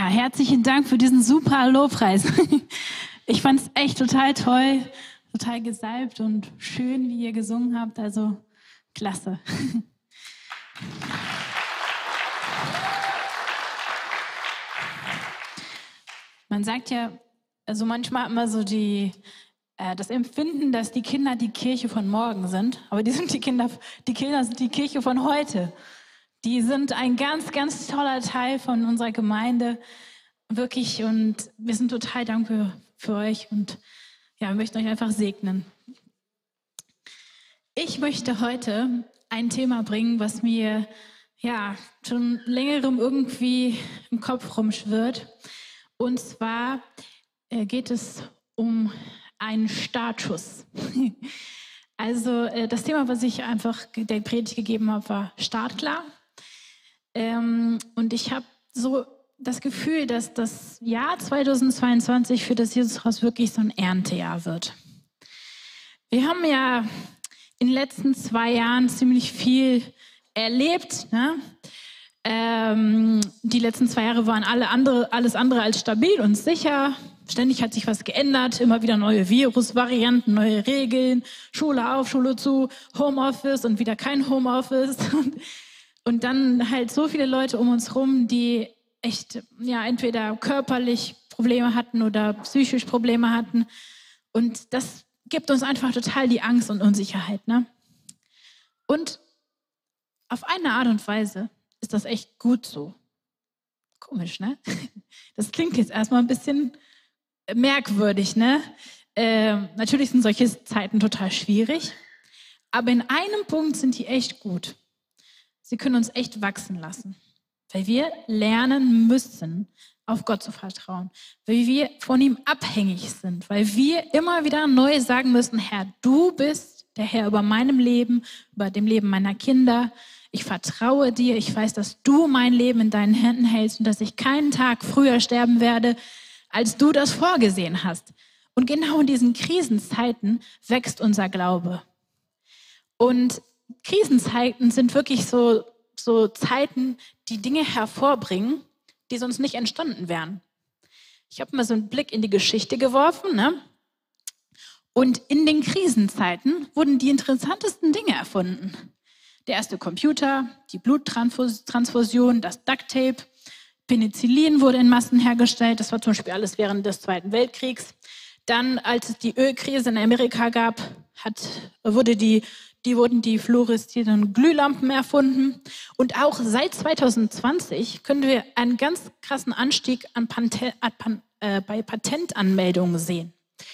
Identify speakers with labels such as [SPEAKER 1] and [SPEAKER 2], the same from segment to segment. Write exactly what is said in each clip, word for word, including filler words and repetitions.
[SPEAKER 1] herzlichen Dank für diesen super Lobpreis. Ich fand es echt total toll, total gesalbt und schön, wie ihr gesungen habt. Also klasse. Man sagt ja, also manchmal hat man so die, äh, das Empfinden, dass die Kinder die Kirche von morgen sind. Aber die sind die Kinder, die Kinder sind die Kirche von heute. Die sind ein ganz, ganz toller Teil von unserer Gemeinde. Wirklich. Und wir sind total dankbar für euch. Und ja, wir möchten euch einfach segnen. Ich möchte heute ein Thema bringen, was mir ja schon längerem irgendwie im Kopf rumschwirrt. Und zwar äh, geht es um einen Startschuss. Also äh, das Thema, was ich einfach der Predigt gegeben habe, war startklar. Ähm, und ich habe so das Gefühl, dass das Jahr zweitausendzweiundzwanzig für das Jesushaus wirklich so ein Erntejahr wird. Wir haben ja in den letzten zwei Jahren ziemlich viel erlebt. Ne? Ähm, die letzten zwei Jahre waren alle andere, alles andere als stabil und sicher. Ständig hat sich was geändert, immer wieder neue Virusvarianten, neue Regeln, Schule auf, Schule zu, Homeoffice und wieder kein Homeoffice. Und dann halt so viele Leute um uns rum, die echt ja entweder körperlich Probleme hatten oder psychisch Probleme hatten. Und das gibt uns einfach total die Angst und Unsicherheit. Ne? Und auf eine Art und Weise ist das echt gut so. Komisch, ne? Das klingt jetzt erstmal ein bisschen merkwürdig, ne? Äh, natürlich sind solche Zeiten total schwierig, aber in einem Punkt sind die echt gut. Sie können uns echt wachsen lassen, weil wir lernen müssen, auf Gott zu vertrauen, weil wir von ihm abhängig sind, weil wir immer wieder neu sagen müssen, Herr, du bist der Herr über meinem Leben, über dem Leben meiner Kinder. Ich vertraue dir, ich weiß, dass du mein Leben in deinen Händen hältst und dass ich keinen Tag früher sterben werde, als du das vorgesehen hast. Und genau in diesen Krisenzeiten wächst unser Glaube. Und Krisenzeiten sind wirklich so, so Zeiten, die Dinge hervorbringen, die sonst nicht entstanden wären. Ich habe mal so einen Blick in die Geschichte geworfen, ne? Und in den Krisenzeiten wurden die interessantesten Dinge erfunden. Der erste Computer, die Bluttransfusion, das Ducktape, Penicillin wurde in Massen hergestellt. Das war zum Beispiel alles während des Zweiten Weltkriegs. Dann, als es die Ölkrise in Amerika gab, hat, wurde die, die wurden die fluoreszierenden Glühlampen erfunden. Und auch seit zweitausendzwanzig können wir einen ganz krassen Anstieg an Pante, äh, bei Patentanmeldungen sehen.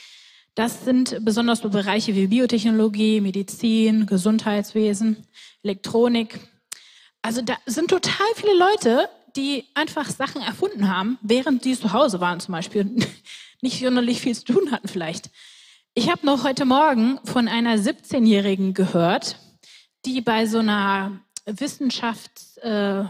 [SPEAKER 1] Das sind besonders so Bereiche wie Biotechnologie, Medizin, Gesundheitswesen, Elektronik. Also da sind total viele Leute, die einfach Sachen erfunden haben, während die zu Hause waren zum Beispiel und nicht sonderlich viel zu tun hatten vielleicht. Ich habe noch heute Morgen von einer siebzehnjährigen gehört, die bei so einer Wissenschaftsmesse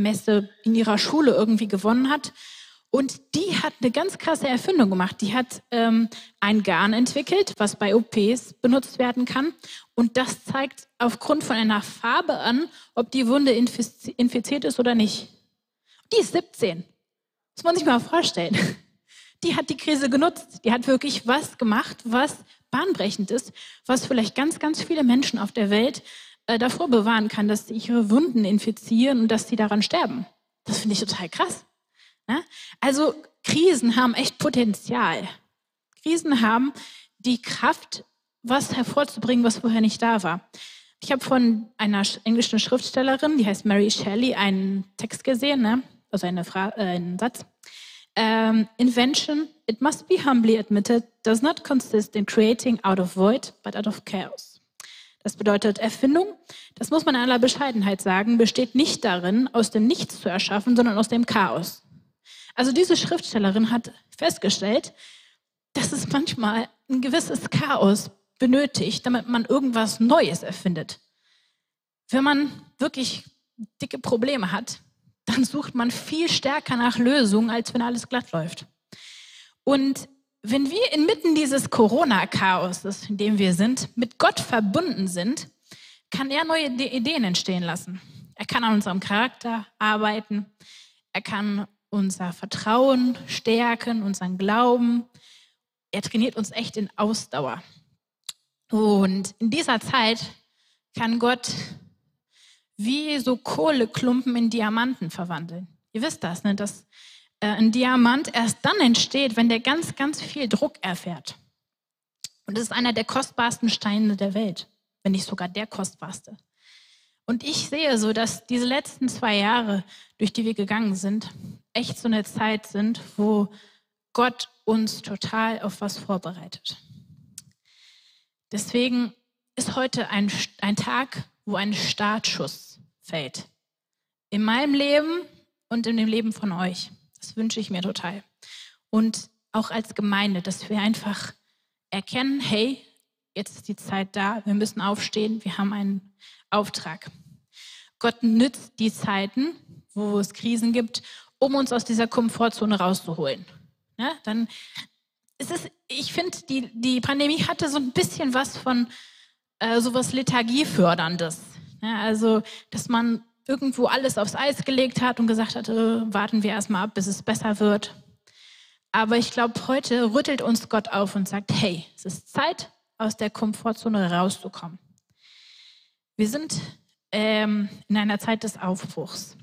[SPEAKER 1] in ihrer Schule irgendwie gewonnen hat. Und die hat eine ganz krasse Erfindung gemacht. Die hat ähm, ein Garn entwickelt, was bei O Ps benutzt werden kann. Und das zeigt aufgrund von einer Farbe an, ob die Wunde infiz- infiziert ist oder nicht. Die ist siebzehn. Muss man sich mal vorstellen. Die hat die Krise genutzt. Die hat wirklich was gemacht, was bahnbrechend ist, was vielleicht ganz, ganz viele Menschen auf der Welt äh, davor bewahren kann, dass sie ihre Wunden infizieren und dass sie daran sterben. Das finde ich total krass. Ja? Also Krisen haben echt Potenzial. Krisen haben die Kraft, was hervorzubringen, was vorher nicht da war. Ich habe von einer englischen Schriftstellerin, die heißt Mary Shelley, einen Text gesehen, ne? Also eine Fra- äh, einen Satz. Um, invention, it must be humbly admitted, does not consist in creating out of void, but out of chaos. Das bedeutet, Erfindung, das muss man in aller Bescheidenheit sagen, besteht nicht darin, aus dem Nichts zu erschaffen, sondern aus dem Chaos. Also diese Schriftstellerin hat festgestellt, dass es manchmal ein gewisses Chaos benötigt, damit man irgendwas Neues erfindet. Wenn man wirklich dicke Probleme hat, dann sucht man viel stärker nach Lösungen, als wenn alles glatt läuft. Und wenn wir inmitten dieses Corona-Chaoses, in dem wir sind, mit Gott verbunden sind, kann er neue Ideen entstehen lassen. Er kann an unserem Charakter arbeiten. Er kann unser Vertrauen stärken, unseren Glauben. Er trainiert uns echt in Ausdauer. Und in dieser Zeit kann Gott wie so Kohleklumpen in Diamanten verwandeln. Ihr wisst das, ne? Dass äh, ein Diamant erst dann entsteht, wenn der ganz, ganz viel Druck erfährt. Und das ist einer der kostbarsten Steine der Welt, wenn nicht sogar der kostbarste. Und ich sehe so, dass diese letzten zwei Jahre, durch die wir gegangen sind, echt so eine Zeit sind, wo Gott uns total auf was vorbereitet. Deswegen ist heute ein, ein Tag, wo ein Startschuss fällt. In meinem Leben und in dem Leben von euch. Das wünsche ich mir total. Und auch als Gemeinde, dass wir einfach erkennen, hey, jetzt ist die Zeit da, wir müssen aufstehen, wir haben einen Auftrag. Gott nützt die Zeiten, wo es Krisen gibt, um uns aus dieser Komfortzone rauszuholen. Ja, dann ist es, ich finde, die, die Pandemie hatte so ein bisschen was von äh, sowas Lethargieförderndes. Ja, also, dass man irgendwo alles aufs Eis gelegt hat und gesagt hat, äh, warten wir erstmal ab, bis es besser wird. Aber ich glaube, heute rüttelt uns Gott auf und sagt, hey, es ist Zeit, aus der Komfortzone rauszukommen. Wir sind ähm, in einer Zeit des Aufbruchs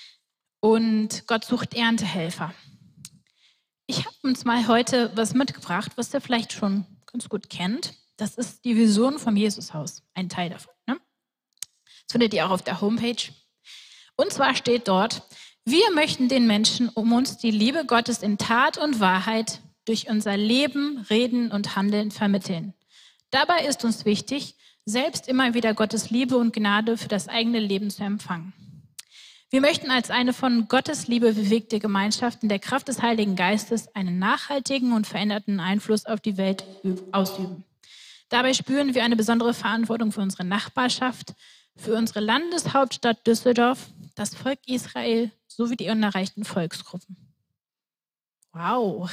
[SPEAKER 1] und Gott sucht Erntehelfer. Ich habe uns mal heute was mitgebracht, was ihr vielleicht schon ganz gut kennt. Das ist die Vision vom Jesushaus, ein Teil davon. Ne? Das findet ihr auch auf der Homepage. Und zwar steht dort, wir möchten den Menschen um uns die Liebe Gottes in Tat und Wahrheit durch unser Leben, Reden und Handeln vermitteln. Dabei ist uns wichtig, selbst immer wieder Gottes Liebe und Gnade für das eigene Leben zu empfangen. Wir möchten als eine von Gottes Liebe bewegte Gemeinschaft in der Kraft des Heiligen Geistes einen nachhaltigen und veränderten Einfluss auf die Welt ausüben. Dabei spüren wir eine besondere Verantwortung für unsere Nachbarschaft, für unsere Landeshauptstadt Düsseldorf, das Volk Israel sowie die unerreichten Volksgruppen. Wow.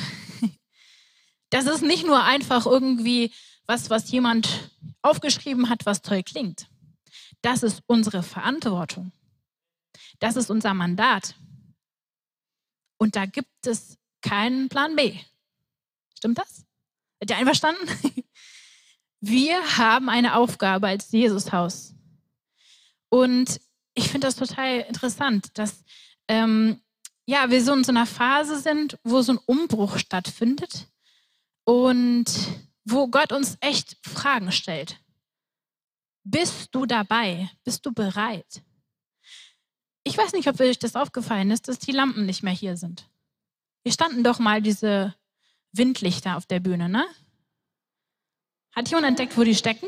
[SPEAKER 1] Das ist nicht nur einfach irgendwie was, was jemand aufgeschrieben hat, was toll klingt. Das ist unsere Verantwortung. Das ist unser Mandat. Und da gibt es keinen Plan B. Stimmt das? Seid ihr einverstanden? Wir haben eine Aufgabe als Jesushaus. Und ich finde das total interessant, dass ähm, ja, wir so in so einer Phase sind, wo so ein Umbruch stattfindet und wo Gott uns echt Fragen stellt. Bist du dabei? Bist du bereit? Ich weiß nicht, ob euch das aufgefallen ist, dass die Lampen nicht mehr hier sind. Hier standen doch mal diese Windlichter auf der Bühne, ne? Hat jemand entdeckt, wo die stecken?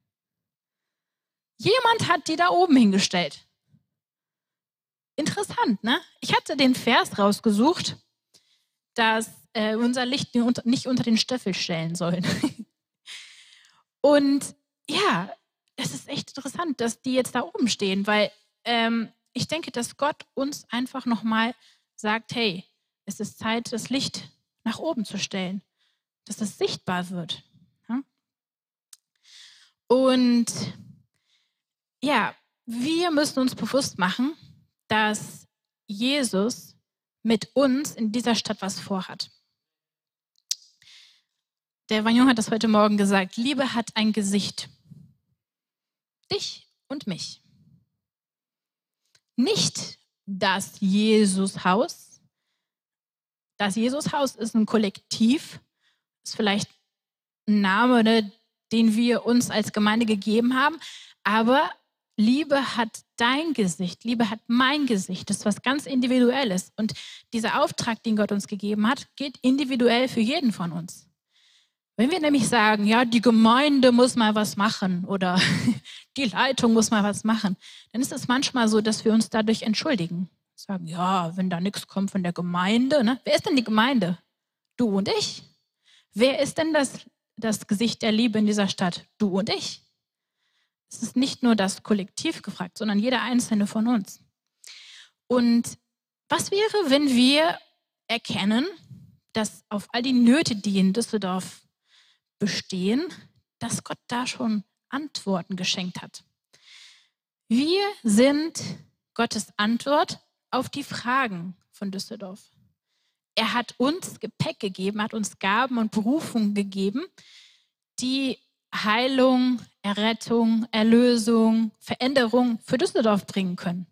[SPEAKER 1] Jemand hat die da oben hingestellt. Interessant, ne? Ich hatte den Vers rausgesucht, dass äh, unser Licht nicht unter den Stöffel stellen soll. Und ja, es ist echt interessant, dass die jetzt da oben stehen, weil ähm, ich denke, dass Gott uns einfach nochmal sagt, hey, es ist Zeit, das Licht nach oben zu stellen, dass es sichtbar wird. Ja? Und ja, wir müssen uns bewusst machen, dass Jesus mit uns in dieser Stadt was vorhat. Der Vagnon hat das heute Morgen gesagt, Liebe hat ein Gesicht. Dich und mich. Nicht das Jesushaus. Das Jesushaus ist ein Kollektiv, ist vielleicht ein Name, ne, den wir uns als Gemeinde gegeben haben, aber Liebe hat dein Gesicht, Liebe hat mein Gesicht, das ist was ganz Individuelles. Und dieser Auftrag, den Gott uns gegeben hat, geht individuell für jeden von uns. Wenn wir nämlich sagen, ja, die Gemeinde muss mal was machen oder die Leitung muss mal was machen, dann ist es manchmal so, dass wir uns dadurch entschuldigen. Sagen, ja, wenn da nichts kommt von der Gemeinde, ne? Wer ist denn die Gemeinde? Du und ich. Wer ist denn das, das Gesicht der Liebe in dieser Stadt? Du und ich. Es ist nicht nur das Kollektiv gefragt, sondern jeder Einzelne von uns. Und was wäre, wenn wir erkennen, dass auf all die Nöte, die in Düsseldorf bestehen, dass Gott da schon Antworten geschenkt hat? Wir sind Gottes Antwort auf die Fragen von Düsseldorf. er hat uns Gepäck gegeben, hat uns Gaben und Berufungen gegeben, die Heilung, Errettung, Erlösung, Veränderung für Düsseldorf bringen können.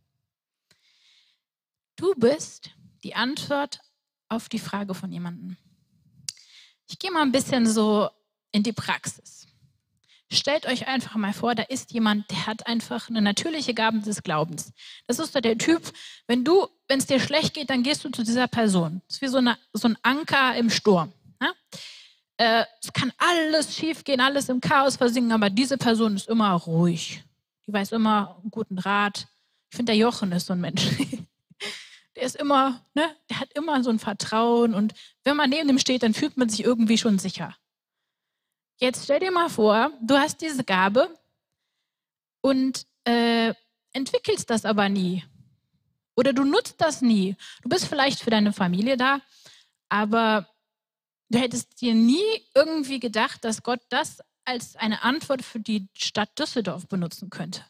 [SPEAKER 1] Du bist die Antwort auf die Frage von jemandem. Ich gehe mal ein bisschen so in die Praxis. Stellt euch einfach mal vor, da ist jemand, der hat einfach eine natürliche Gabe des Glaubens. Das ist so der Typ, wenn du, wenn es dir schlecht geht, dann gehst du zu dieser Person. Das ist wie so, eine, so ein Anker im Sturm. Ja? Äh, es kann alles schiefgehen, alles im Chaos versinken, aber diese Person ist immer ruhig. Die weiß immer einen guten Rat. Ich finde, der Jochen ist so ein Mensch. Der ist immer, ne, der hat immer so ein Vertrauen und wenn man neben dem steht, dann fühlt man sich irgendwie schon sicher. Jetzt stell dir mal vor, du hast diese Gabe und äh, entwickelst das aber nie. Oder du nutzt das nie. Du bist vielleicht für deine Familie da, aber du hättest dir nie irgendwie gedacht, dass Gott das als eine Antwort für die Stadt Düsseldorf benutzen könnte.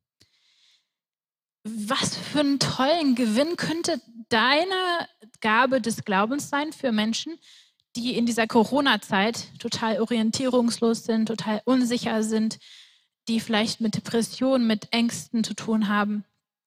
[SPEAKER 1] Was für einen tollen Gewinn könnte deine Gabe des Glaubens sein für Menschen, die in dieser Corona-Zeit total orientierungslos sind, total unsicher sind, die vielleicht mit Depressionen, mit Ängsten zu tun haben.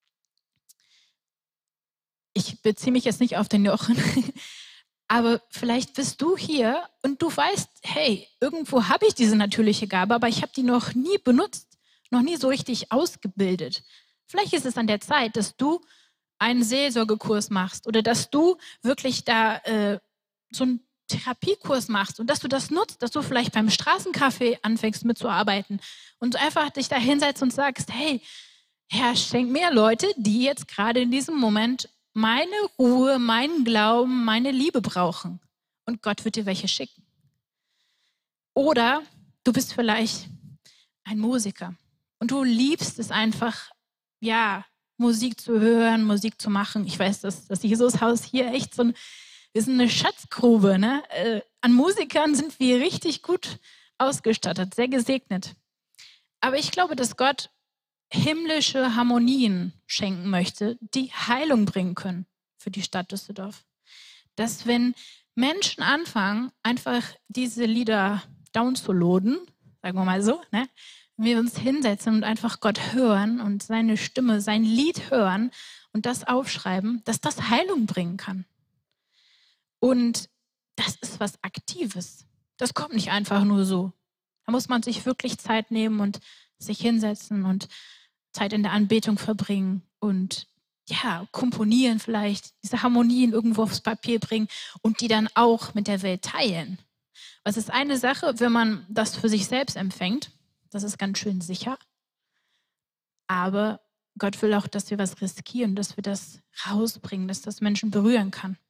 [SPEAKER 1] Ich beziehe mich jetzt nicht auf den Jochen, aber vielleicht bist du hier und du weißt, hey, irgendwo habe ich diese natürliche Gabe, aber ich habe die noch nie benutzt, noch nie so richtig ausgebildet. Vielleicht ist es an der Zeit, dass du einen Seelsorgekurs machst oder dass du wirklich da äh, so einen Therapiekurs machst und dass du das nutzt, dass du vielleicht beim Straßencafé anfängst mitzuarbeiten und einfach dich da hinsetzt und sagst, hey, Herr, schenk mir Leute, die jetzt gerade in diesem Moment meine Ruhe, meinen Glauben, meine Liebe brauchen. Und Gott wird dir welche schicken. Oder du bist vielleicht ein Musiker und du liebst es einfach, ja, Musik zu hören, Musik zu machen. Ich weiß, dass das Jesushaus hier echt so ein, wir sind eine Schatzgrube. Ne? Äh, an Musikern sind wir richtig gut ausgestattet, sehr gesegnet. Aber ich glaube, dass Gott himmlische Harmonien schenken möchte, die Heilung bringen können für die Stadt Düsseldorf. Dass wenn Menschen anfangen, einfach diese Lieder downzuladen, sagen wir mal so, ne? Wenn wir uns hinsetzen und einfach Gott hören und seine Stimme, sein Lied hören und das aufschreiben, dass das Heilung bringen kann. Und das ist was Aktives. Das kommt nicht einfach nur so. Da muss man sich wirklich Zeit nehmen und sich hinsetzen und Zeit in der Anbetung verbringen und ja, komponieren vielleicht, diese Harmonien irgendwo aufs Papier bringen und die dann auch mit der Welt teilen. Was ist eine Sache, wenn man das für sich selbst empfängt? Das ist ganz schön sicher. Aber Gott will auch, dass wir was riskieren, dass wir das rausbringen, dass das Menschen berühren kann.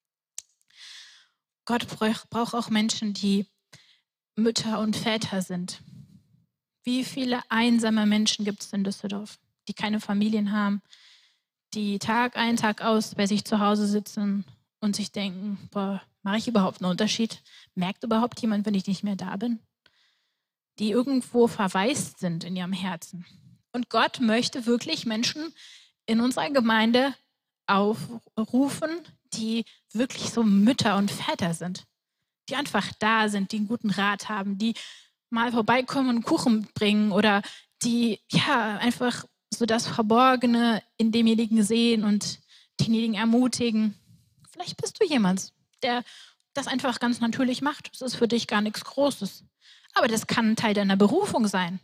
[SPEAKER 1] Gott braucht auch Menschen, die Mütter und Väter sind. Wie viele einsame Menschen gibt es in Düsseldorf, die keine Familien haben, die Tag ein, Tag aus bei sich zu Hause sitzen und sich denken, boah, mache ich überhaupt einen Unterschied? Merkt überhaupt jemand, wenn ich nicht mehr da bin? Die irgendwo verwaist sind in ihrem Herzen. Und Gott möchte wirklich Menschen in unserer Gemeinde aufrufen, die wirklich so Mütter und Väter sind, die einfach da sind, die einen guten Rat haben, die mal vorbeikommen und einen Kuchen bringen oder die ja einfach so das Verborgene in demjenigen sehen und denjenigen ermutigen. Vielleicht bist du jemand, der das einfach ganz natürlich macht. Das ist für dich gar nichts Großes. Aber das kann ein Teil deiner Berufung sein.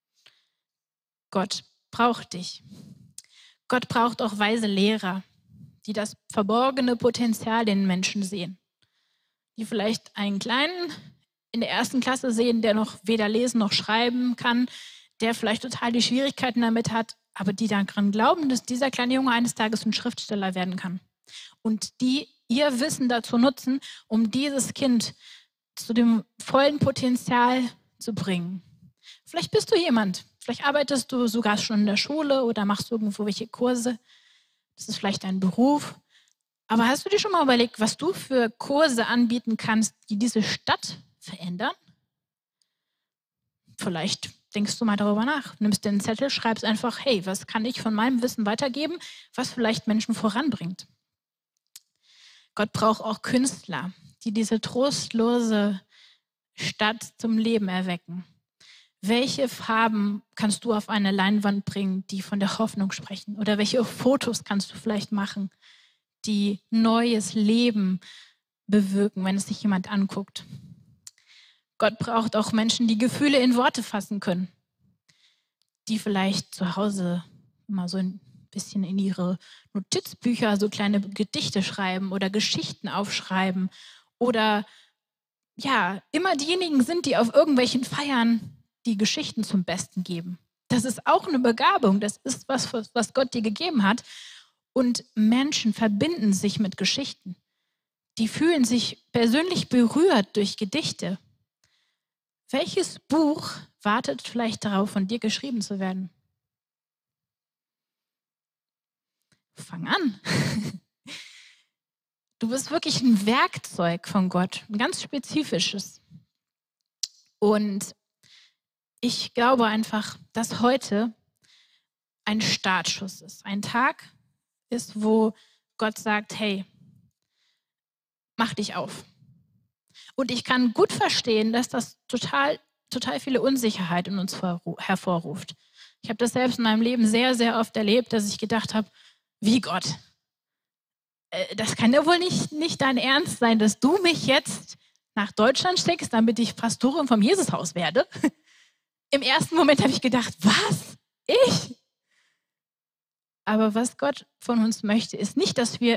[SPEAKER 1] Gott braucht dich. Gott braucht auch weise Lehrer, die das verborgene Potenzial in Menschen sehen. Die vielleicht einen Kleinen in der ersten Klasse sehen, der noch weder lesen noch schreiben kann, der vielleicht total die Schwierigkeiten damit hat, aber die daran glauben, dass dieser kleine Junge eines Tages ein Schriftsteller werden kann. Und die ihr Wissen dazu nutzen, um dieses Kind zu dem vollen Potenzial zu bringen. Vielleicht bist du jemand, vielleicht arbeitest du sogar schon in der Schule oder machst irgendwo welche Kurse. Das ist vielleicht dein Beruf. Aber hast du dir schon mal überlegt, was du für Kurse anbieten kannst, die diese Stadt verändern? Vielleicht denkst du mal darüber nach. Nimmst den Zettel, schreibst einfach, hey, was kann ich von meinem Wissen weitergeben, was vielleicht Menschen voranbringt? Gott braucht auch Künstler, die diese trostlose Stadt zum Leben erwecken. Welche Farben kannst du auf eine Leinwand bringen, die von der Hoffnung sprechen? Oder welche Fotos kannst du vielleicht machen, die neues Leben bewirken, wenn es sich jemand anguckt? Gott braucht auch Menschen, die Gefühle in Worte fassen können, die vielleicht zu Hause mal so ein bisschen in ihre Notizbücher so kleine Gedichte schreiben oder Geschichten aufschreiben oder ja, immer diejenigen sind, die auf irgendwelchen Feiern die Geschichten zum Besten geben. Das ist auch eine Begabung, das ist was, was Gott dir gegeben hat. Und Menschen verbinden sich mit Geschichten. Die fühlen sich persönlich berührt durch Gedichte. Welches Buch wartet vielleicht darauf, von dir geschrieben zu werden? Fang an. Du bist wirklich ein Werkzeug von Gott, ein ganz spezifisches. Und ich glaube einfach, dass heute ein Startschuss ist. Ein Tag ist, wo Gott sagt, hey, mach dich auf. Und ich kann gut verstehen, dass das total, total viele Unsicherheit in uns hervorruft. Ich habe das selbst in meinem Leben sehr, sehr oft erlebt, dass ich gedacht habe, wie Gott? Äh, das kann ja wohl nicht, nicht dein Ernst sein, dass du mich jetzt nach Deutschland steckst, damit ich Pastorin vom Jesushaus werde. Im ersten Moment habe ich gedacht, was? Ich? Aber was Gott von uns möchte, ist nicht, dass wir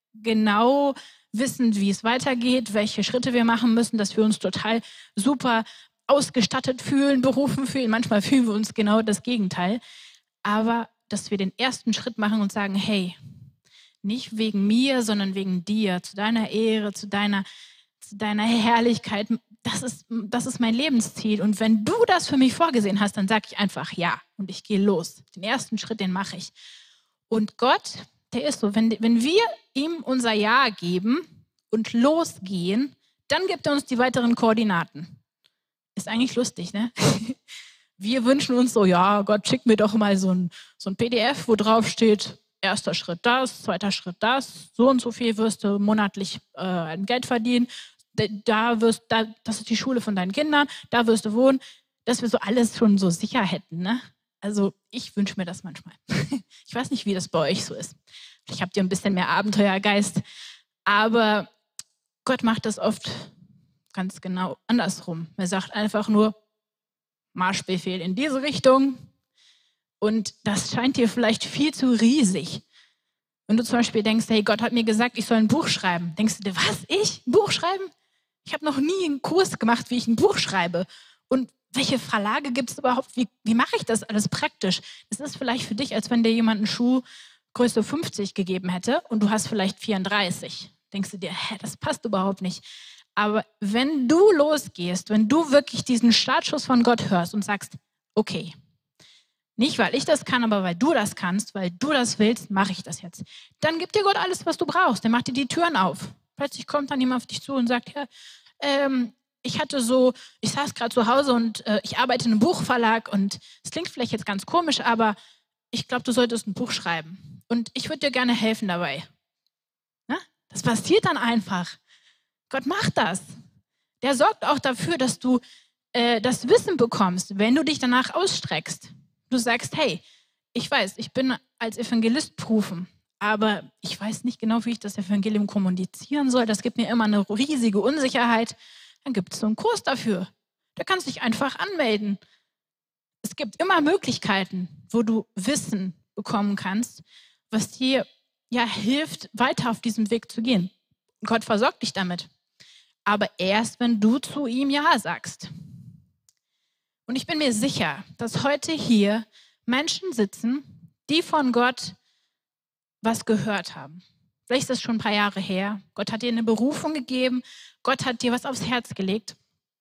[SPEAKER 1] genau wissen, wie es weitergeht, welche Schritte wir machen müssen, dass wir uns total super ausgestattet fühlen, berufen fühlen. Manchmal fühlen wir uns genau das Gegenteil. Aber dass wir den ersten Schritt machen und sagen, hey, nicht wegen mir, sondern wegen dir, zu deiner Ehre, zu deiner, zu deiner Herrlichkeit. Das ist, das ist mein Lebensziel. Und wenn du das für mich vorgesehen hast, dann sage ich einfach ja und ich gehe los. Den ersten Schritt, den mache ich. Und Gott, der ist so, wenn, wenn wir ihm unser Ja geben und losgehen, dann gibt er uns die weiteren Koordinaten. Ist eigentlich lustig, ne? Wir wünschen uns so, ja, Gott, schick mir doch mal so ein, so ein P D F, wo drauf steht, erster Schritt das, zweiter Schritt das, so und so viel wirst du monatlich äh, ein Geld verdienen, da wirst, da, das ist die Schule von deinen Kindern, da wirst du wohnen, dass wir so alles schon so sicher hätten, ne? Also ich wünsche mir das manchmal. Ich weiß nicht, wie das bei euch so ist. Ich habe dir ein bisschen mehr Abenteuergeist, aber Gott macht das oft ganz genau andersrum. Er sagt einfach nur, Marschbefehl in diese Richtung und das scheint dir vielleicht viel zu riesig. Wenn du zum Beispiel denkst, hey, Gott hat mir gesagt, ich soll ein Buch schreiben, denkst du dir, was, ich? Ein Buch schreiben? Ich habe noch nie einen Kurs gemacht, wie ich ein Buch schreibe. Und welche Verlage gibt es überhaupt? Wie, wie mache ich das alles praktisch? Das ist vielleicht für dich, als wenn dir jemand einen Schuh Größe fünfzig gegeben hätte und du hast vielleicht vierunddreißig. Denkst du dir, hä, das passt überhaupt nicht. Aber wenn du losgehst, wenn du wirklich diesen Startschuss von Gott hörst und sagst, okay, nicht weil ich das kann, aber weil du das kannst, weil du das willst, mache ich das jetzt. Dann gibt dir Gott alles, was du brauchst. Der macht dir die Türen auf. Plötzlich kommt dann jemand auf dich zu und sagt, ja, ähm, ich hatte so, ich saß gerade zu Hause und äh, ich arbeite in einem Buchverlag und es klingt vielleicht jetzt ganz komisch, aber ich glaube, du solltest ein Buch schreiben. Und ich würde dir gerne helfen dabei. Na? Das passiert dann einfach. Gott macht das. Der sorgt auch dafür, dass du äh, das Wissen bekommst, wenn du dich danach ausstreckst. Du sagst, hey, ich weiß, ich bin als Evangelist berufen, aber ich weiß nicht genau, wie ich das Evangelium kommunizieren soll. Das gibt mir immer eine riesige Unsicherheit. Dann gibt es so einen Kurs dafür. Da kannst du dich einfach anmelden. Es gibt immer Möglichkeiten, wo du Wissen bekommen kannst, was dir ja hilft, weiter auf diesem Weg zu gehen. Gott versorgt dich damit. Aber erst, wenn du zu ihm Ja sagst. Und ich bin mir sicher, dass heute hier Menschen sitzen, die von Gott was gehört haben. Vielleicht ist das schon ein paar Jahre her. Gott hat dir eine Berufung gegeben. Gott hat dir was aufs Herz gelegt.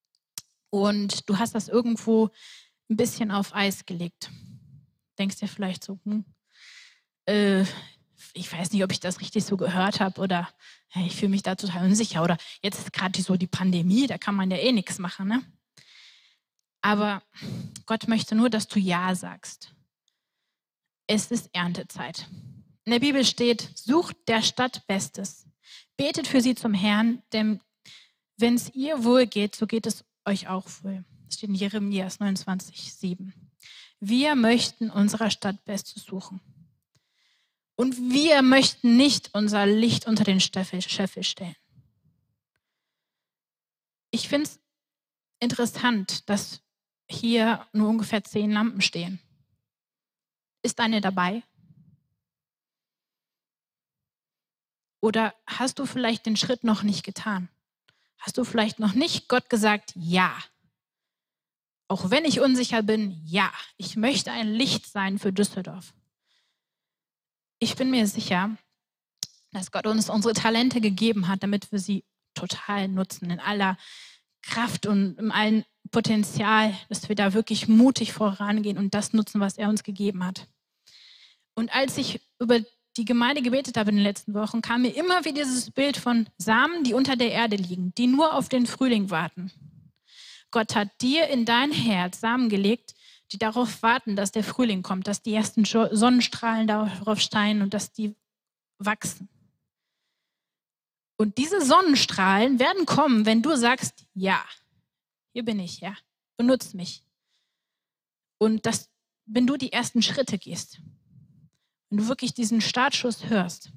[SPEAKER 1] Und du hast das irgendwo ein bisschen auf Eis gelegt. Denkst dir vielleicht so, hm, äh, ich weiß nicht, ob ich das richtig so gehört habe oder hey, ich fühle mich da total unsicher. Oder jetzt ist gerade so die Pandemie, da kann man ja eh nichts machen, ne? Aber Gott möchte nur, dass du Ja sagst. Es ist Erntezeit. In der Bibel steht, sucht der Stadt Bestes. Betet für sie zum Herrn, denn wenn es ihr wohl geht, so geht es euch auch wohl. Das steht in Jeremias neunundzwanzig, sieben. Wir möchten unserer Stadt Bestes suchen. Und wir möchten nicht unser Licht unter den Scheffel stellen. Ich finde es interessant, dass hier nur ungefähr zehn Lampen stehen. Ist eine dabei? Oder hast du vielleicht den Schritt noch nicht getan? Hast du vielleicht noch nicht Gott gesagt, ja. Auch wenn ich unsicher bin, ja, ich möchte ein Licht sein für Düsseldorf. Ich bin mir sicher, dass Gott uns unsere Talente gegeben hat, damit wir sie total nutzen, in aller Kraft und in allem Potenzial, dass wir da wirklich mutig vorangehen und das nutzen, was er uns gegeben hat. Und als ich über die Gemeinde gebetet habe in den letzten Wochen, kam mir immer wieder dieses Bild von Samen, die unter der Erde liegen, die nur auf den Frühling warten. Gott hat dir in dein Herz Samen gelegt, die darauf warten, dass der Frühling kommt, dass die ersten Sonnenstrahlen darauf steigen und dass die wachsen. Und diese Sonnenstrahlen werden kommen, wenn du sagst, ja, hier bin ich, ja, benutzt mich. Und das, wenn du die ersten Schritte gehst, wenn du wirklich diesen Startschuss hörst.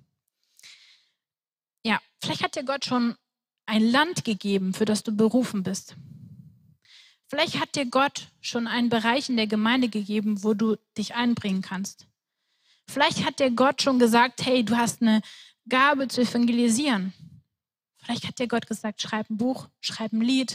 [SPEAKER 1] Ja, vielleicht hat dir Gott schon ein Land gegeben, für das du berufen bist. Vielleicht hat dir Gott schon einen Bereich in der Gemeinde gegeben, wo du dich einbringen kannst. Vielleicht hat dir Gott schon gesagt, hey, du hast eine Gabe zu evangelisieren. Vielleicht hat dir Gott gesagt, schreib ein Buch, schreib ein Lied,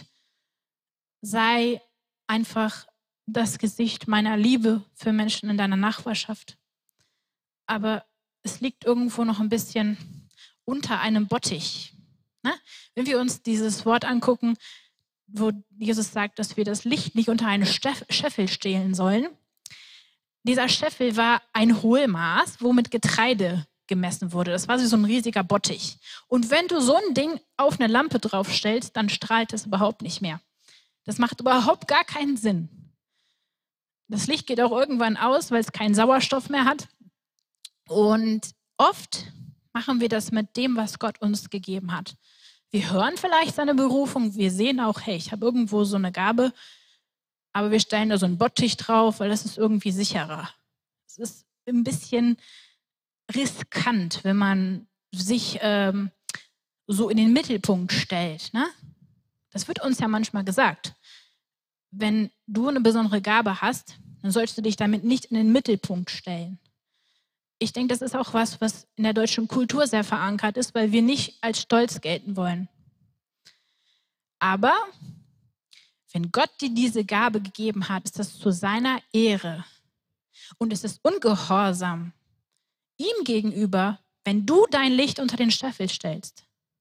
[SPEAKER 1] sei einfach das Gesicht meiner Liebe für Menschen in deiner Nachbarschaft. Aber es liegt irgendwo noch ein bisschen unter einem Bottich. Ne? Wenn wir uns dieses Wort angucken, wo Jesus sagt, dass wir das Licht nicht unter einen Scheffel stellen sollen. Dieser Scheffel war ein Hohlmaß, wo mit Getreide gemessen wurde. Das war so ein riesiger Bottich. Und wenn du so ein Ding auf eine Lampe draufstellst, dann strahlt es überhaupt nicht mehr. Das macht überhaupt gar keinen Sinn. Das Licht geht auch irgendwann aus, weil es keinen Sauerstoff mehr hat. Und oft machen wir das mit dem, was Gott uns gegeben hat. Wir hören vielleicht seine Berufung, wir sehen auch, hey, ich habe irgendwo so eine Gabe, aber wir stellen da so einen Bottich drauf, weil das ist irgendwie sicherer. Es ist ein bisschen riskant, wenn man sich ähm, so in den Mittelpunkt stellt. Ne? Das wird uns ja manchmal gesagt. Wenn du eine besondere Gabe hast, dann sollst du dich damit nicht in den Mittelpunkt stellen. Ich denke, das ist auch was, was in der deutschen Kultur sehr verankert ist, weil wir nicht als stolz gelten wollen. Aber wenn Gott dir diese Gabe gegeben hat, ist das zu seiner Ehre. Und es ist ungehorsam ihm gegenüber, wenn du dein Licht unter den Scheffel stellst.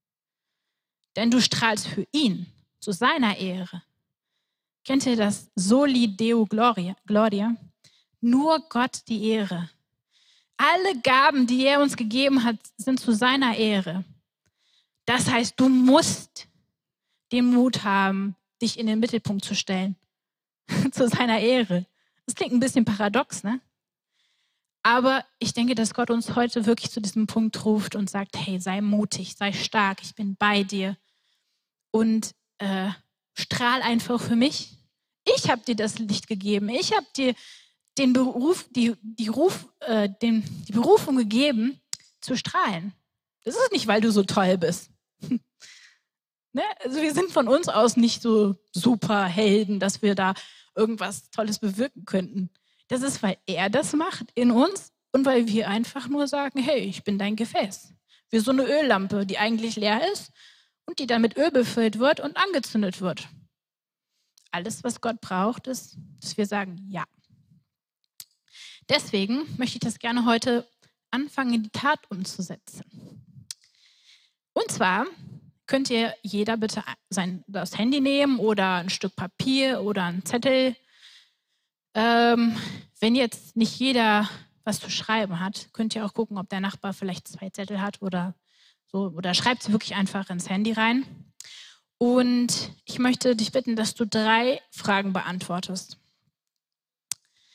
[SPEAKER 1] Denn du strahlst für ihn, zu seiner Ehre. Kennt ihr das Soli Deo Gloria? Gloria? Nur Gott die Ehre. Alle Gaben, die er uns gegeben hat, sind zu seiner Ehre. Das heißt, du musst den Mut haben, dich in den Mittelpunkt zu stellen. Zu seiner Ehre. Das klingt ein bisschen paradox, ne? Aber ich denke, dass Gott uns heute wirklich zu diesem Punkt ruft und sagt, hey, sei mutig, sei stark, ich bin bei dir. Und äh, strahl einfach für mich. Ich habe dir das Licht gegeben. Ich habe dir den Beruf, die, die, Ruf, äh, den, die Berufung gegeben, zu strahlen. Das ist nicht, weil du so toll bist. Ne? Also wir sind von uns aus nicht so super Helden, dass wir da irgendwas Tolles bewirken könnten. Das ist, weil er das macht in uns und weil wir einfach nur sagen, hey, ich bin dein Gefäß. Wie so eine Öllampe, die eigentlich leer ist und die dann mit Öl befüllt wird und angezündet wird. Alles, was Gott braucht, ist, dass wir sagen, ja. Deswegen möchte ich das gerne heute anfangen, in die Tat umzusetzen. Und zwar könnt ihr jeder bitte sein, das Handy nehmen oder ein Stück Papier oder einen Zettel. Ähm, wenn jetzt nicht jeder was zu schreiben hat, könnt ihr auch gucken, ob der Nachbar vielleicht zwei Zettel hat oder so. Oder schreibt sie wirklich einfach ins Handy rein. Und ich möchte dich bitten, dass du drei Fragen beantwortest.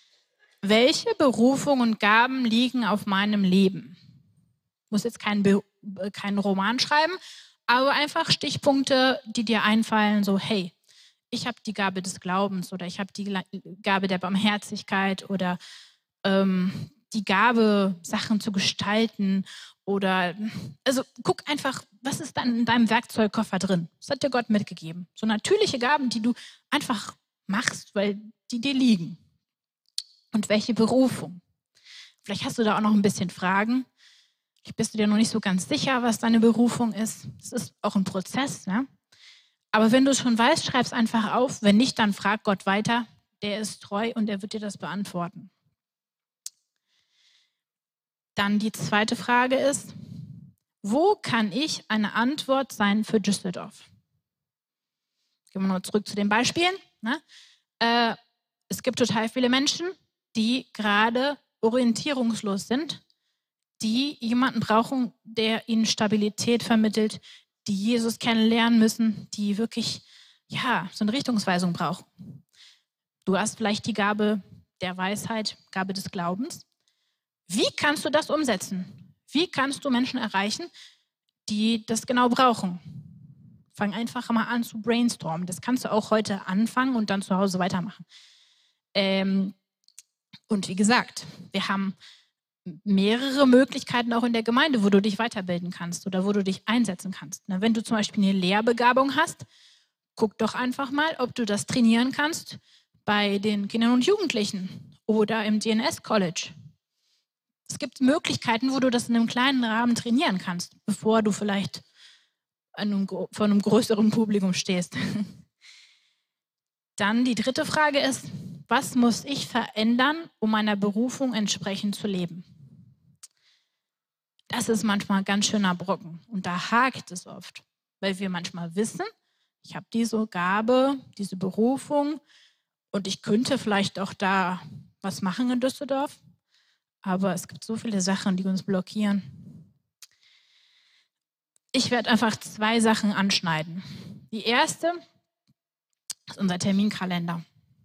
[SPEAKER 1] Welche Berufung und Gaben liegen auf meinem Leben? Muss jetzt kein Be- äh, keinen Roman schreiben, aber einfach Stichpunkte, die dir einfallen, so hey, ich habe die Gabe des Glaubens oder ich habe die Gabe der Barmherzigkeit oder ähm, die Gabe, Sachen zu gestalten oder, also guck einfach, was ist dann in deinem Werkzeugkoffer drin? Was hat dir Gott mitgegeben? So natürliche Gaben, die du einfach machst, weil die dir liegen. Und welche Berufung? Vielleicht hast du da auch noch ein bisschen Fragen. Vielleicht bist du dir noch nicht so ganz sicher, was deine Berufung ist. Es ist auch ein Prozess, ne? Aber wenn du es schon weißt, schreib es einfach auf. Wenn nicht, dann frag Gott weiter. Der ist treu und er wird dir das beantworten. Dann die zweite Frage ist, wo kann ich eine Antwort sein für Düsseldorf? Gehen wir noch zurück zu den Beispielen. Ne? Äh, es gibt total viele Menschen, die gerade orientierungslos sind, die jemanden brauchen, der ihnen Stabilität vermittelt, die Jesus kennenlernen müssen, die wirklich ja, so eine Richtungsweisung brauchen. Du hast vielleicht die Gabe der Weisheit, Gabe des Glaubens. Wie kannst du das umsetzen? Wie kannst du Menschen erreichen, die das genau brauchen? Fang einfach mal an zu brainstormen. Das kannst du auch heute anfangen und dann zu Hause weitermachen. Ähm, und wie gesagt, wir haben mehrere Möglichkeiten auch in der Gemeinde, wo du dich weiterbilden kannst oder wo du dich einsetzen kannst. Na, wenn du zum Beispiel eine Lehrbegabung hast, guck doch einfach mal, ob du das trainieren kannst bei den Kindern und Jugendlichen oder im D N S-College. Es gibt Möglichkeiten, wo du das in einem kleinen Rahmen trainieren kannst, bevor du vielleicht an einem, vor einem größeren Publikum stehst. Dann die dritte Frage ist, was muss ich verändern, um meiner Berufung entsprechend zu leben? Das ist manchmal ein ganz schöner Brocken und da hakt es oft, weil wir manchmal wissen, ich habe diese Gabe, diese Berufung und ich könnte vielleicht auch da was machen in Düsseldorf. Aber es gibt so viele Sachen, die uns blockieren. Ich werde einfach zwei Sachen anschneiden. Die erste ist unser Terminkalender.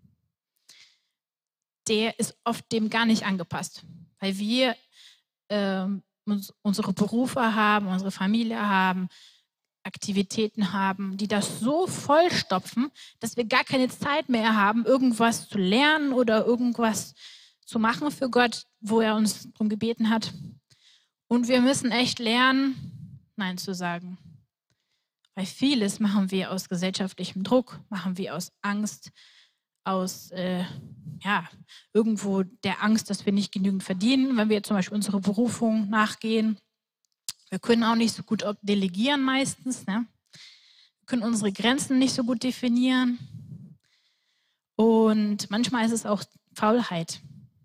[SPEAKER 1] Der ist oft dem gar nicht angepasst, weil wir äh, uns, unsere Berufe haben, unsere Familie haben, Aktivitäten haben, die das so vollstopfen, dass wir gar keine Zeit mehr haben, irgendwas zu lernen oder irgendwas zu machen für Gott, wo er uns darum gebeten hat. Und wir müssen echt lernen, Nein zu sagen. Weil vieles machen wir aus gesellschaftlichem Druck, machen wir aus Angst, aus äh, ja, irgendwo der Angst, dass wir nicht genügend verdienen, wenn wir zum Beispiel unserer Berufung nachgehen. Wir können auch nicht so gut delegieren meistens. Ne? Wir können unsere Grenzen nicht so gut definieren. Und manchmal ist es auch Faulheit.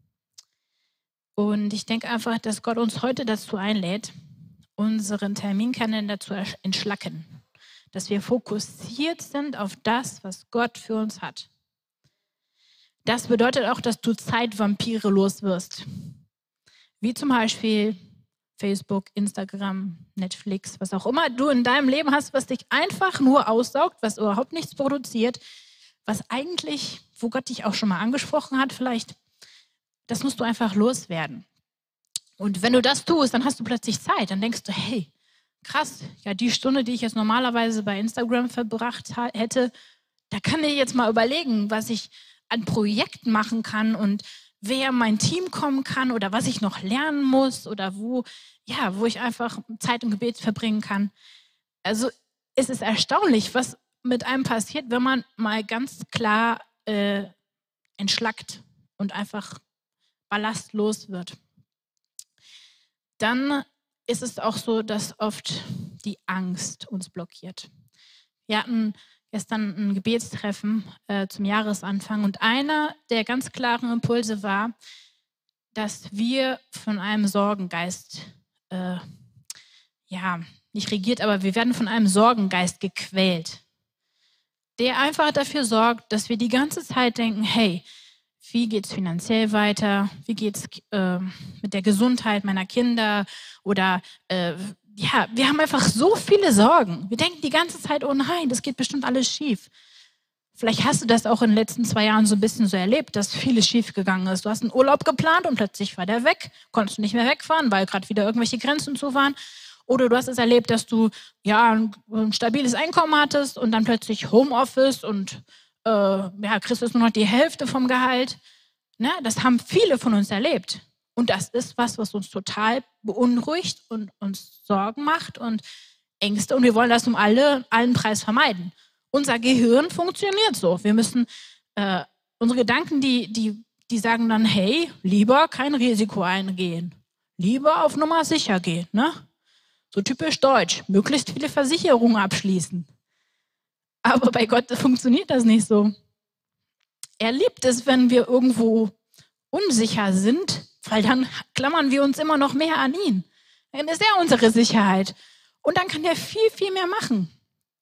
[SPEAKER 1] Und ich denke einfach, dass Gott uns heute dazu einlädt, unseren Terminkalender zu entschlacken. Dass wir fokussiert sind auf das, was Gott für uns hat. Das bedeutet auch, dass du Zeitvampire los wirst. Wie zum Beispiel Facebook, Instagram, Netflix, was auch immer du in deinem Leben hast, was dich einfach nur aussaugt, was überhaupt nichts produziert, was eigentlich, wo Gott dich auch schon mal angesprochen hat vielleicht, das musst du einfach loswerden. Und wenn du das tust, dann hast du plötzlich Zeit. Dann denkst du, hey, krass, ja, die Stunde, die ich jetzt normalerweise bei Instagram verbracht hätte, da kann ich jetzt mal überlegen, was ich an Projekten machen kann und wer mein Team kommen kann oder was ich noch lernen muss oder wo, ja, wo ich einfach Zeit im Gebet verbringen kann. Also es ist erstaunlich, was mit einem passiert, wenn man mal ganz klar äh, entschlackt und einfach ballastlos wird. Dann ist es auch so, dass oft die Angst uns blockiert. Wir hatten gestern ein Gebetstreffen äh, zum Jahresanfang und einer der ganz klaren Impulse war, dass wir von einem Sorgengeist, äh, ja, nicht regiert, aber wir werden von einem Sorgengeist gequält, der einfach dafür sorgt, dass wir die ganze Zeit denken, hey, wie geht es finanziell weiter? Wie geht es äh, mit der Gesundheit meiner Kinder? Oder äh, ja, wir haben einfach so viele Sorgen. Wir denken die ganze Zeit, oh nein, das geht bestimmt alles schief. Vielleicht hast du das auch in den letzten zwei Jahren so ein bisschen so erlebt, dass vieles schief gegangen ist. Du hast einen Urlaub geplant und plötzlich war der weg, konntest du nicht mehr wegfahren, weil gerade wieder irgendwelche Grenzen zu waren. Oder du hast es erlebt, dass du ja ein, ein stabiles Einkommen hattest und dann plötzlich Homeoffice und äh, ja, kriegst du nur noch die Hälfte vom Gehalt. Ne? Das haben viele von uns erlebt. Und das ist was, was uns total beunruhigt und uns Sorgen macht und Ängste. Und wir wollen das um alle, allen Preis vermeiden. Unser Gehirn funktioniert so. Wir müssen, äh, unsere Gedanken, die, die, die sagen dann, hey, lieber kein Risiko eingehen. Lieber auf Nummer sicher gehen. Ne? So typisch deutsch. Möglichst viele Versicherungen abschließen. Aber bei Gott funktioniert das nicht so. Er liebt es, wenn wir irgendwo unsicher sind, weil dann klammern wir uns immer noch mehr an ihn. Dann ist er unsere Sicherheit. Und dann kann er viel, viel mehr machen.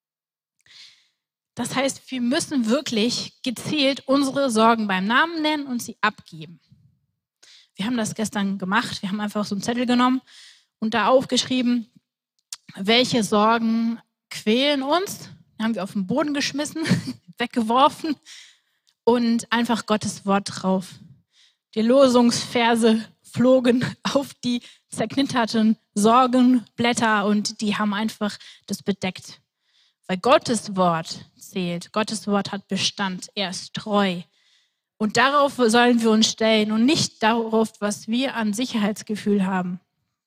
[SPEAKER 1] Das heißt, wir müssen wirklich gezielt unsere Sorgen beim Namen nennen und sie abgeben. Wir haben das gestern gemacht. Wir haben einfach so einen Zettel genommen und da aufgeschrieben, welche Sorgen quälen uns. Die haben wir auf den Boden geschmissen, weggeworfen und einfach Gottes Wort drauf. Die Losungsverse flogen auf die zerknitterten Sorgenblätter und die haben einfach das bedeckt. Weil Gottes Wort zählt. Gottes Wort hat Bestand. Er ist treu. Und darauf sollen wir uns stellen und nicht darauf, was wir an Sicherheitsgefühl haben.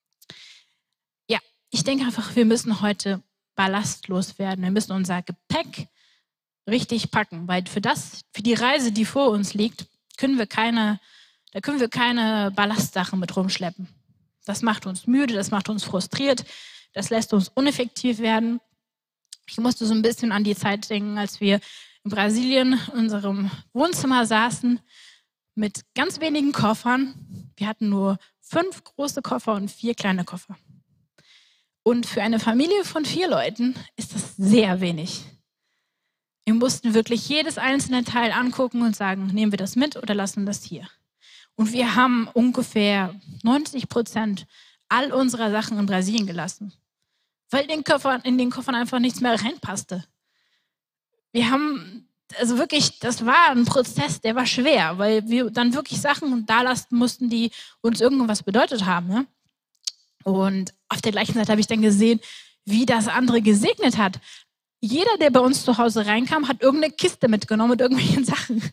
[SPEAKER 1] Ja, ich denke einfach, wir müssen heute ballastlos werden. Wir müssen unser Gepäck richtig packen, weil für das, für die Reise, die vor uns liegt, können wir keine, da können wir keine Ballastsachen mit rumschleppen. Das macht uns müde, das macht uns frustriert, das lässt uns uneffektiv werden. Ich musste so ein bisschen an die Zeit denken, als wir in Brasilien in unserem Wohnzimmer saßen mit ganz wenigen Koffern. Wir hatten nur fünf große Koffer und vier kleine Koffer. Und für eine Familie von vier Leuten ist das sehr wenig. Wir mussten wirklich jedes einzelne Teil angucken und sagen, nehmen wir das mit oder lassen das hier. Und wir haben ungefähr neunzig Prozent all unserer Sachen in Brasilien gelassen, weil in den Koffern, in den Koffern einfach nichts mehr reinpasste. Wir haben, also wirklich, das war ein Prozess, der war schwer, weil wir dann wirklich Sachen da lassen mussten, die uns irgendwas bedeutet haben. Ne? Und auf der gleichen Seite habe ich dann gesehen, wie das andere gesegnet hat. Jeder, der bei uns zu Hause reinkam, hat irgendeine Kiste mitgenommen mit irgendwelchen Sachen.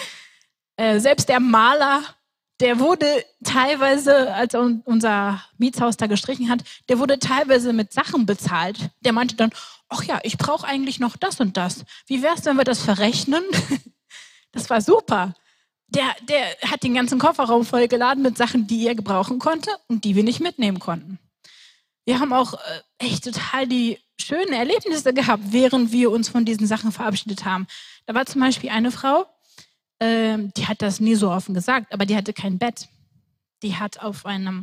[SPEAKER 1] Äh, selbst der Maler, der wurde teilweise, als er unser Mietshaus da gestrichen hat, der wurde teilweise mit Sachen bezahlt. Der meinte dann, ach ja, ich brauche eigentlich noch das und das. Wie wär's, wenn wir das verrechnen? Das war super. Der, der hat den ganzen Kofferraum vollgeladen mit Sachen, die er gebrauchen konnte und die wir nicht mitnehmen konnten. Wir haben auch äh, echt total die schönen Erlebnisse gehabt, während wir uns von diesen Sachen verabschiedet haben. Da war zum Beispiel eine Frau, ähm, die hat das nie so offen gesagt, aber die hatte kein Bett. Die hat auf einem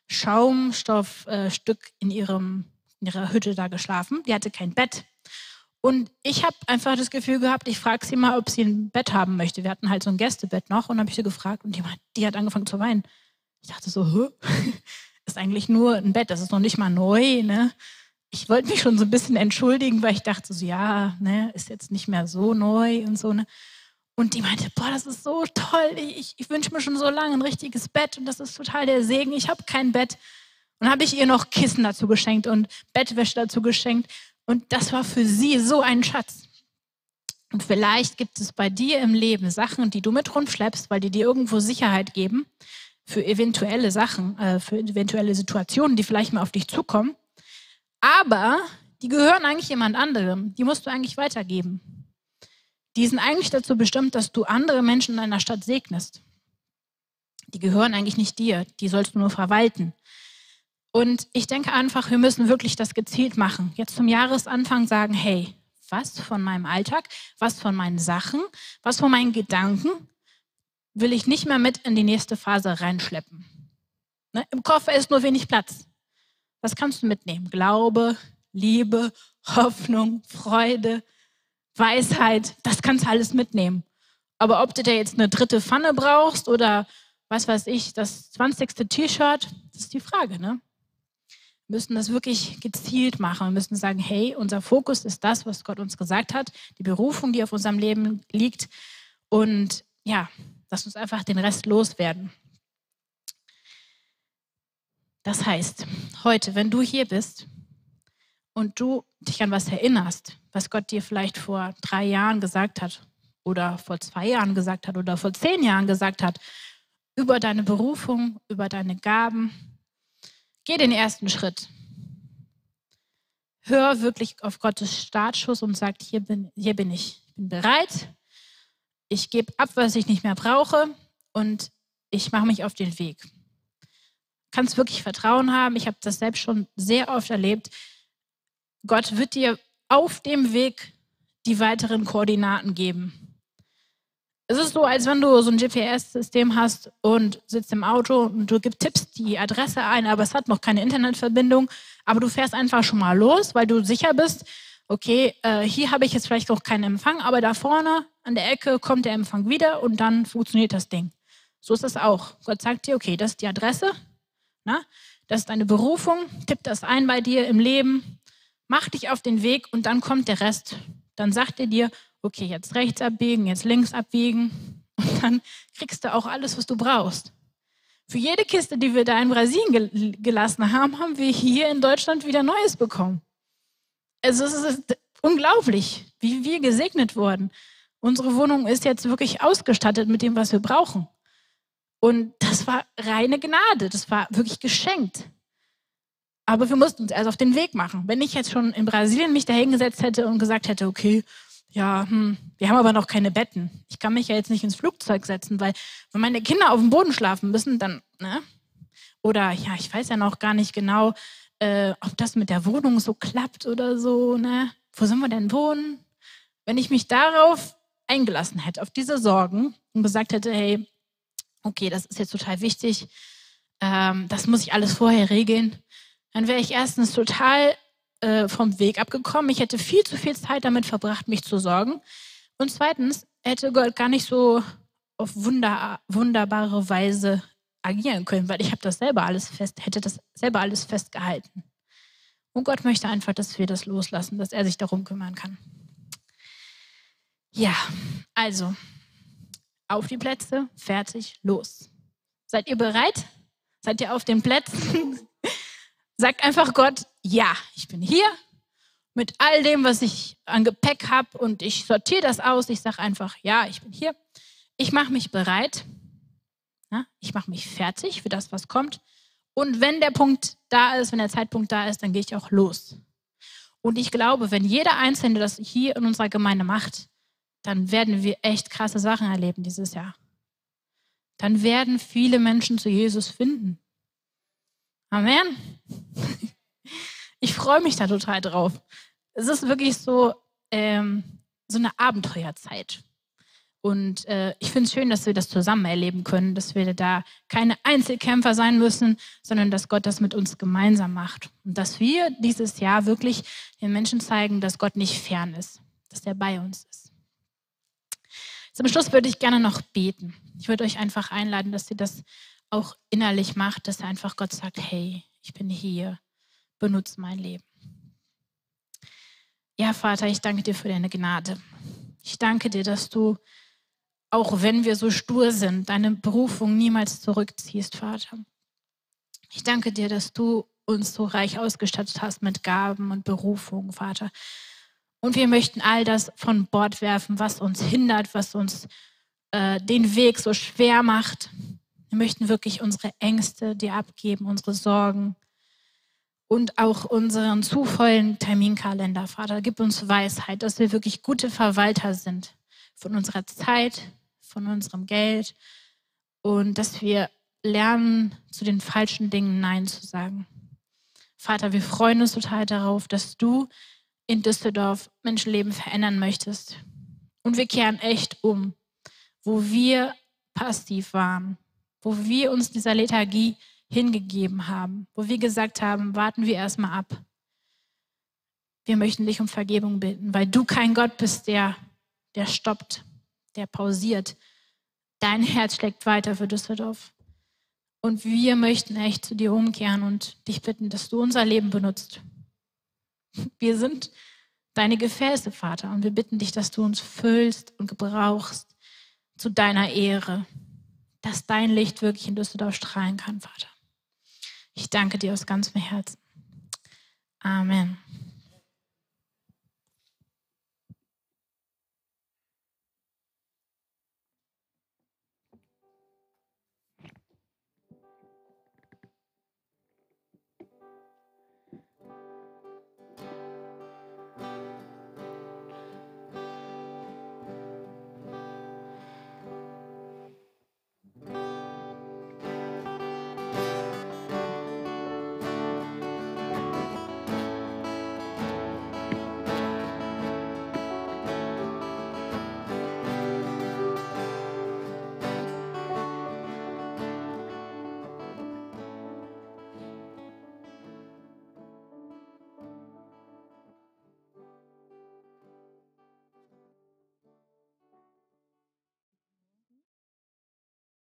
[SPEAKER 1] Schaumstoffstück äh, in, ihrem, in ihrer Hütte da geschlafen. Die hatte kein Bett. Und ich habe einfach das Gefühl gehabt, ich frage sie mal, ob sie ein Bett haben möchte. Wir hatten halt so ein Gästebett noch und habe ich sie gefragt und die, die hat angefangen zu weinen. Ich dachte so, hä? Ist eigentlich nur ein Bett, das ist noch nicht mal neu, ne? Ich wollte mich schon so ein bisschen entschuldigen, weil ich dachte so, ja, ne, ist jetzt nicht mehr so neu und so, ne? Und die meinte, boah, das ist so toll, ich, ich wünsche mir schon so lange ein richtiges Bett und das ist total der Segen, ich habe kein Bett. Und habe ich ihr noch Kissen dazu geschenkt und Bettwäsche dazu geschenkt und das war für sie so ein Schatz. Und vielleicht gibt es bei dir im Leben Sachen, die du mit rumschleppst, weil die dir irgendwo Sicherheit geben, für eventuelle Sachen, äh, für eventuelle Situationen, die vielleicht mal auf dich zukommen. Aber die gehören eigentlich jemand anderem. Die musst du eigentlich weitergeben. Die sind eigentlich dazu bestimmt, dass du andere Menschen in deiner Stadt segnest. Die gehören eigentlich nicht dir. Die sollst du nur verwalten. Und ich denke einfach, wir müssen wirklich das gezielt machen. Jetzt zum Jahresanfang sagen, hey, was von meinem Alltag, was von meinen Sachen, was von meinen Gedanken will ich nicht mehr mit in die nächste Phase reinschleppen. Ne? Im Koffer ist nur wenig Platz. Was kannst du mitnehmen? Glaube, Liebe, Hoffnung, Freude, Weisheit, das kannst du alles mitnehmen. Aber ob du da jetzt eine dritte Pfanne brauchst oder, was weiß ich, das zwanzigste T-Shirt, das ist die Frage, ne? Wir müssen das wirklich gezielt machen. Wir müssen sagen, hey, unser Fokus ist das, was Gott uns gesagt hat, die Berufung, die auf unserem Leben liegt. Und ja, lass uns einfach den Rest loswerden. Das heißt, heute, wenn du hier bist und du dich an was erinnerst, was Gott dir vielleicht vor drei Jahren gesagt hat oder vor zwei Jahren gesagt hat oder vor zehn Jahren gesagt hat, über deine Berufung, über deine Gaben, geh den ersten Schritt. Hör wirklich auf Gottes Startschuss und sag, hier bin, hier bin ich. Ich bin bereit. Ich gebe ab, was ich nicht mehr brauche und ich mache mich auf den Weg. Du kannst wirklich Vertrauen haben. Ich habe das selbst schon sehr oft erlebt. Gott wird dir auf dem Weg die weiteren Koordinaten geben. Es ist so, als wenn du so ein G P S-System hast und sitzt im Auto und du gibst Tipps die Adresse ein, aber es hat noch keine Internetverbindung. Aber du fährst einfach schon mal los, weil du sicher bist, okay, äh, hier habe ich jetzt vielleicht noch keinen Empfang, aber da vorne an der Ecke kommt der Empfang wieder und dann funktioniert das Ding. So ist es auch. Gott sagt dir, okay, das ist die Adresse, na? Das ist deine Berufung, tipp das ein bei dir im Leben, mach dich auf den Weg und dann kommt der Rest. Dann sagt er dir, okay, jetzt rechts abbiegen, jetzt links abbiegen und dann kriegst du auch alles, was du brauchst. Für jede Kiste, die wir da in Brasilien gel- gelassen haben, haben wir hier in Deutschland wieder Neues bekommen. Also es ist unglaublich, wie wir gesegnet wurden. Unsere Wohnung ist jetzt wirklich ausgestattet mit dem, was wir brauchen. Und das war reine Gnade, das war wirklich geschenkt. Aber wir mussten uns erst auf den Weg machen. Wenn ich jetzt schon in Brasilien mich da hingesetzt hätte und gesagt hätte, okay, ja, hm, wir haben aber noch keine Betten. Ich kann mich ja jetzt nicht ins Flugzeug setzen, weil wenn meine Kinder auf dem Boden schlafen müssen, dann, ne? Oder ja, ich weiß ja noch gar nicht genau, äh, ob das mit der Wohnung so klappt oder so, ne? Wo sollen wir denn wohnen? Wenn ich mich darauf eingelassen hätte, auf diese Sorgen und gesagt hätte, hey, okay, das ist jetzt total wichtig, ähm, das muss ich alles vorher regeln, dann wäre ich erstens total äh, vom Weg abgekommen. Ich hätte viel zu viel Zeit damit verbracht, mich zu sorgen. Und zweitens hätte Gott gar nicht so auf wunder, wunderbare Weise agieren können, weil ich habe das selber alles fest, hätte das selber alles festgehalten. Und Gott möchte einfach, dass wir das loslassen, dass er sich darum kümmern kann. Ja, also auf die Plätze, fertig, los. Seid ihr bereit? Seid ihr auf den Plätzen? Sagt einfach Gott, ja, ich bin hier mit all dem, was ich an Gepäck habe und ich sortiere das aus. Ich sage einfach, ja, ich bin hier. Ich mache mich bereit. Ja, ich mache mich fertig für das, was kommt. Und wenn der Punkt da ist, wenn der Zeitpunkt da ist, dann gehe ich auch los. Und ich glaube, wenn jeder Einzelne das hier in unserer Gemeinde macht, dann werden wir echt krasse Sachen erleben dieses Jahr. Dann werden viele Menschen zu Jesus finden. Amen. Ich freue mich da total drauf. Es ist wirklich so, ähm, so eine Abenteuerzeit. Und äh, ich finde es schön, dass wir das zusammen erleben können, dass wir da keine Einzelkämpfer sein müssen, sondern dass Gott das mit uns gemeinsam macht. Und dass wir dieses Jahr wirklich den Menschen zeigen, dass Gott nicht fern ist, dass er bei uns ist. Zum Schluss würde ich gerne noch beten. Ich würde euch einfach einladen, dass ihr das auch innerlich macht, dass einfach Gott sagt, hey, ich bin hier, benutze mein Leben. Ja, Vater, ich danke dir für deine Gnade. Ich danke dir, dass du, auch wenn wir so stur sind, deine Berufung niemals zurückziehst, Vater. Ich danke dir, dass du uns so reich ausgestattet hast mit Gaben und Berufung, Vater. Und wir möchten all das von Bord werfen, was uns hindert, was uns äh, den Weg so schwer macht. Wir möchten wirklich unsere Ängste dir abgeben, unsere Sorgen und auch unseren zu vollen Terminkalender. Vater, gib uns Weisheit, dass wir wirklich gute Verwalter sind von unserer Zeit, von unserem Geld und dass wir lernen, zu den falschen Dingen Nein zu sagen. Vater, wir freuen uns total darauf, dass du in Düsseldorf Menschenleben verändern möchtest. Und wir kehren echt um, wo wir passiv waren, wo wir uns dieser Lethargie hingegeben haben, wo wir gesagt haben, warten wir erstmal ab. Wir möchten dich um Vergebung bitten, weil du kein Gott bist, der, der stoppt, der pausiert. Dein Herz schlägt weiter für Düsseldorf. Und wir möchten echt zu dir umkehren und dich bitten, dass du unser Leben benutzt. Wir sind deine Gefäße, Vater, und wir bitten dich, dass du uns füllst und gebrauchst zu deiner Ehre, dass dein Licht wirklich in Düsseldorf strahlen kann, Vater. Ich danke dir aus ganzem Herzen. Amen.